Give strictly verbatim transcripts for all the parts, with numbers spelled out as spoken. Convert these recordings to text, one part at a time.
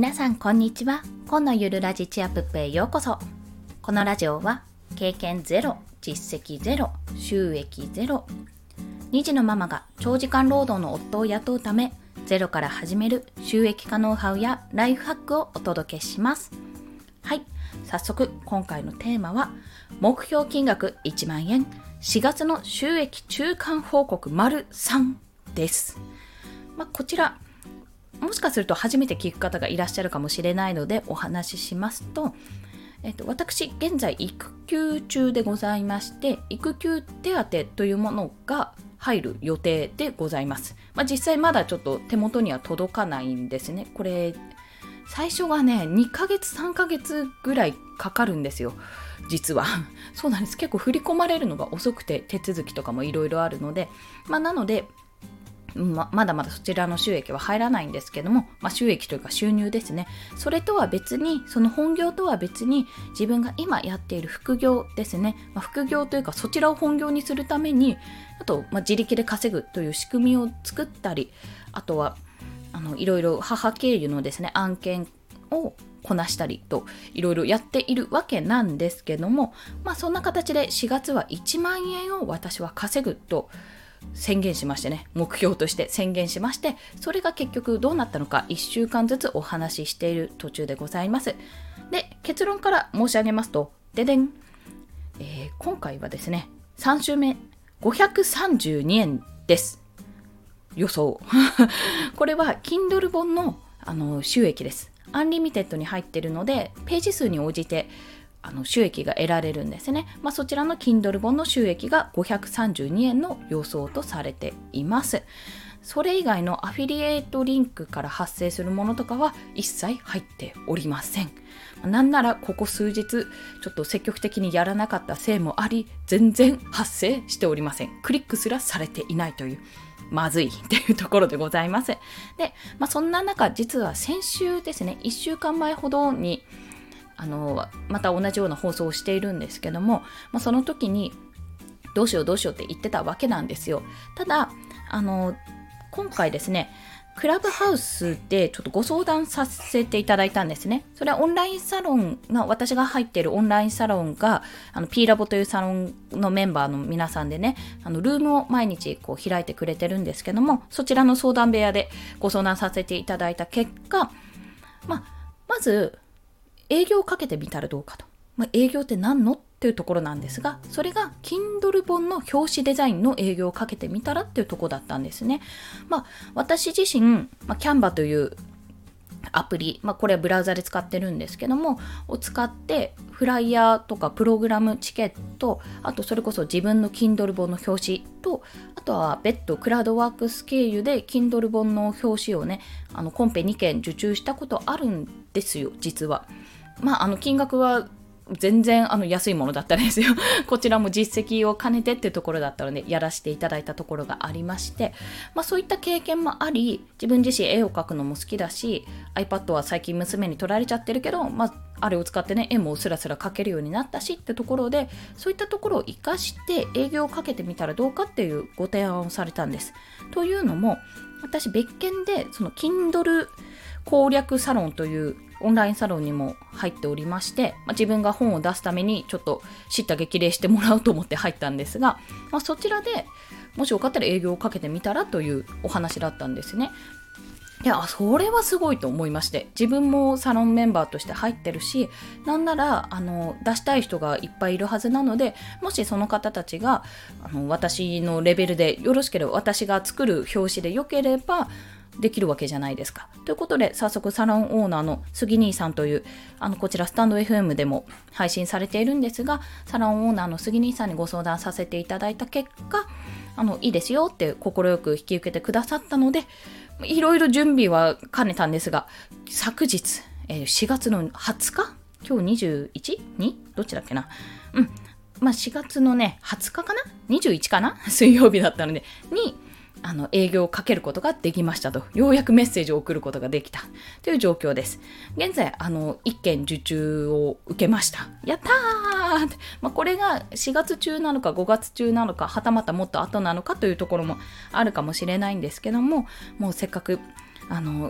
皆さんこんにちは。今のゆるラジチアプップへようこそ。このラジオは経験ゼロ、実績ゼロ、収益ゼロ、に児のママが長時間労働の夫を雇うためゼロから始める収益化ノウハウやライフハックをお届けします。はい、早速今回のテーマは目標金額いちまんえん、しがつの収益中間報告 ③ です。まあ、こちらもしかすると初めて聞く方がいらっしゃるかもしれないのでお話ししますと、えっと、私現在育休中でございまして、育休手当というものが入る予定でございます。まあ、実際まだちょっと手元には届かないんですね。これ最初がねにかげつさんかげつぐらいかかるんですよ、実は。そうなんです。結構振り込まれるのが遅くて、手続きとかもいろいろあるので、まあ、なのでま, まだまだそちらの収益は入らないんですけども、まあ、収益というか収入ですね。それとは別に、その本業とは別に自分が今やっている副業ですね、まあ、副業というかそちらを本業にするために、あと、まあ、自力で稼ぐという仕組みを作ったり、あとはあのいろいろ母経由のですね案件をこなしたりといろいろやっているわけなんですけども、まあ、そんな形でしがつはいちまんえんを私は稼ぐと宣言しましてね、目標として宣言しまして、それが結局どうなったのかいっしゅうかんずつお話ししている途中でございます。で、結論から申し上げますと、ででん、えー、今回はですねさん週目ごひゃくさんじゅうにえんです。予想これは Kindle 本の、あの収益です。アンリミテッドに入っているのでページ数に応じてあの収益が得られるんですね。まあ、そちらの Kindle 本の収益がごひゃくさんじゅうにえんの予想とされています。それ以外のアフィリエイトリンクから発生するものとかは一切入っておりません。なんならここ数日ちょっと積極的にやらなかったせいもあり、全然発生しておりません。クリックすらされていないという、まずいっていうところでございます。で、まあ、そんな中、実は先週ですね、いっしゅうかんまえほどにあのまた同じような放送をしているんですけども、まあ、その時にどうしようどうしようって言ってたわけなんですよ。ただあの今回ですね、クラブハウスでちょっとご相談させていただいたんですね。それはオンラインサロンが、私が入っているオンラインサロンがあの P ラボというサロンのメンバーの皆さんでね、あのルームを毎日こう開いてくれてるんですけども、そちらの相談部屋でご相談させていただいた結果、まあ、まず営業をかけてみたらどうかと。まあ、営業って何のっていうところなんですが、それが Kindle 本の表紙デザインの営業をかけてみたらっていうところだったんですね。まあ、私自身、まあ、Canva というアプリ、まあ、これはブラウザで使ってるんですけども、を使ってフライヤーとかプログラムチケット、あとそれこそ自分の Kindle 本の表紙と、あとは別途クラウドワークス経由で Kindle 本の表紙をね、あのコンペにけん受注したことあるんですよ、実は。まあ、あの金額は全然あの安いものだったんですよ。こちらも実績を兼ねてっていうところだったのでやらせていただいたところがありまして、まあ、そういった経験もあり、自分自身絵を描くのも好きだし、 iPad は最近娘に取られちゃってるけど、まあ、あれを使ってね絵もスラスラ描けるようになったしってところで、そういったところを活かして営業をかけてみたらどうかっていうご提案をされたんです。というのも、私別件でその Kindle 攻略サロンというオンラインサロンにも入っておりまして、まあ、自分が本を出すためにちょっと叱咤激励してもらおうと思って入ったんですが、まあ、そちらでもしよかったら営業をかけてみたらというお話だったんですね。いや、それはすごいと思いまして、自分もサロンメンバーとして入ってるし、なんならあの出したい人がいっぱいいるはずなので、もしその方たちがあの私のレベルでよろしければ、私が作る表紙でよければできるわけじゃないですか。ということで、早速サロンオーナーの杉兄さんという、あのこちらスタンド エフエム でも配信されているんですが、サロンオーナーの杉兄さんにご相談させていただいた結果、あのいいですよって快く引き受けてくださったので、いろいろ準備は兼ねたんですが、昨日、えー、しがつのはつか、今日 にじゅういち? にどっちだっけな、うんまあ、しがつのねはつかかな、にじゅういちかな、水曜日だったのでにあの営業をかけることができましたと、ようやくメッセージを送ることができたという状況です。現在あのいっけん受注を受けました。やったーって、まあ、これがしがつ中なのかごがつ中なのか、はたまたもっと後なのかというところもあるかもしれないんですけども、もうせっかくあの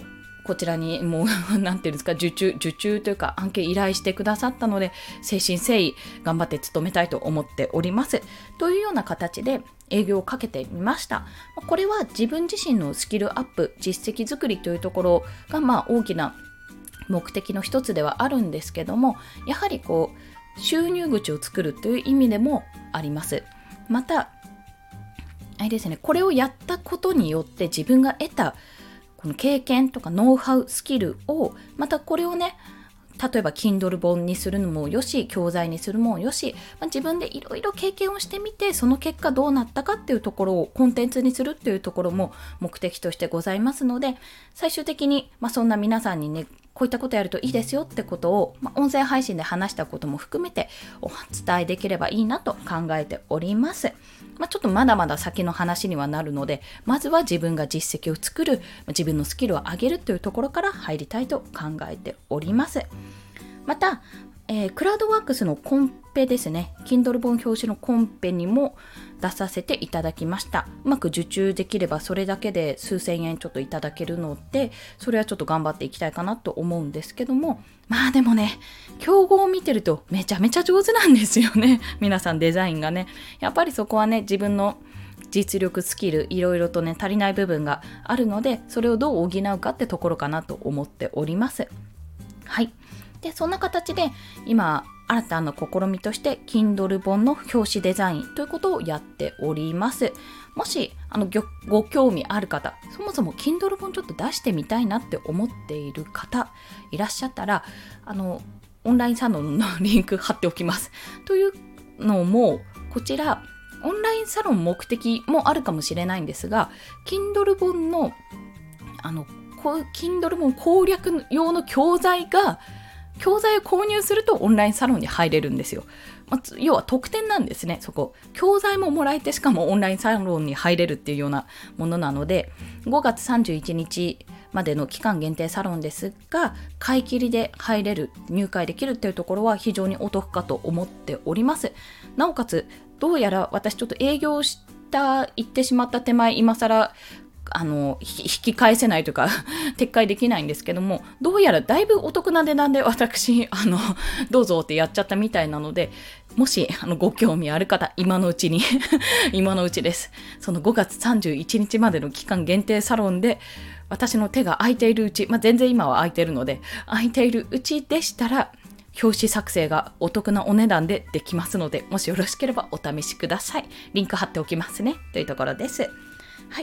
こちらにもうなんていうんですか、受注受注というか案件依頼してくださったので、誠心誠意頑張って勤めたいと思っておりますというような形で営業をかけてみました。これは自分自身のスキルアップ、実績作りというところがまあ大きな目的の一つではあるんですけども、やはりこう収入口を作るという意味でもあります。またあれですね、これをやったことによって自分が得たこの経験とかノウハウ、スキルをまたこれをね、例えば Kindle 本にするのもよし、教材にするもよし、まあ、自分でいろいろ経験をしてみて、その結果どうなったかっていうところをコンテンツにするっていうところも目的としてございますので、最終的に、まあ、そんな皆さんにね、こういったことやるといいですよってことを、まあ、音声配信で話したことも含めてお伝えできればいいなと考えております。まあ、ちょっとまだまだ先の話にはなるので、まずは自分が実績を作る、自分のスキルを上げるというところから入りたいと考えております。また、えー、クラウドワークスのコンペですね、Kindle 本表紙のコンペにも出させていただきました。うまく受注できればそれだけで数千円ちょっといただけるので、それはちょっと頑張っていきたいかなと思うんですけども、まあでもね、競合を見てるとめちゃめちゃ上手なんですよね。皆さんデザインがね、やっぱりそこはね、自分の実力、スキル、いろいろとね足りない部分があるので、それをどう補うかってところかなと思っております。はい。で、そんな形で今新たな試みとして Kindle 本の表紙デザインということをやっております。もしあのご、ご興味ある方、そもそも Kindle 本ちょっと出してみたいなって思っている方いらっしゃったら、あのオンラインサロンのリンク貼っておきます。というのも、こちらオンラインサロン目的もあるかもしれないんですが、 Kindle 本のあのこう Kindle 本攻略用の教材が教材を購入するとオンラインサロンに入れるんですよ。まあ、要は特典なんですね。そこ教材ももらえて、しかもオンラインサロンに入れるっていうようなものなので、ごがつさんじゅういちにちまでの期間限定サロンですが、買い切りで入れる、入会できるっていうところは非常にお得かと思っております。なおかつどうやら私ちょっと営業した行ってしまった手前、今更あの引き返せないというか撤回できないんですけども、どうやらだいぶお得な値段で私あのどうぞってやっちゃったみたいなので、もしあのご興味ある方、今のうちに今のうちです。そのごがつさんじゅういちにちまでの期間限定サロンで私の手が空いているうち、まあ、全然今は空いているので空いているうちでしたら、表紙作成がお得なお値段でできますので、もしよろしければお試しください。リンク貼っておきますねというところです。はい、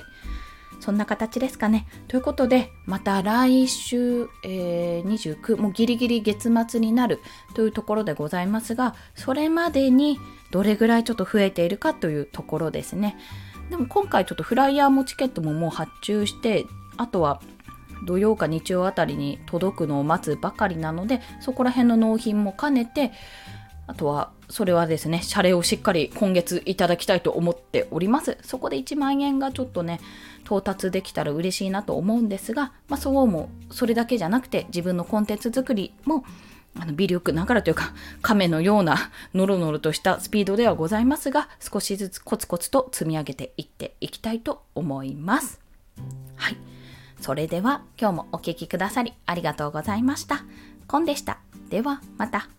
そんな形ですかね。ということで、また来週、えー、にじゅうく、もうギリギリ月末になるというところでございますが、それまでにどれぐらいちょっと増えているかというところですね。でも今回ちょっとフライヤーもチケットももう発注して、あとは土曜か日曜あたりに届くのを待つばかりなので、そこら辺の納品も兼ねて、あとはそれはですね、謝礼をしっかり今月いただきたいと思っております。そこでいちまんえんがちょっとね到達できたら嬉しいなと思うんですが、まあ、そうもそれだけじゃなくて、自分のコンテンツ作りもあの微力ながらというか、亀のようなノロノロとしたスピードではございますが、少しずつコツコツと積み上げていっていきたいと思います。はい、それでは今日もお聞きくださりありがとうございました。コンでした。ではまた。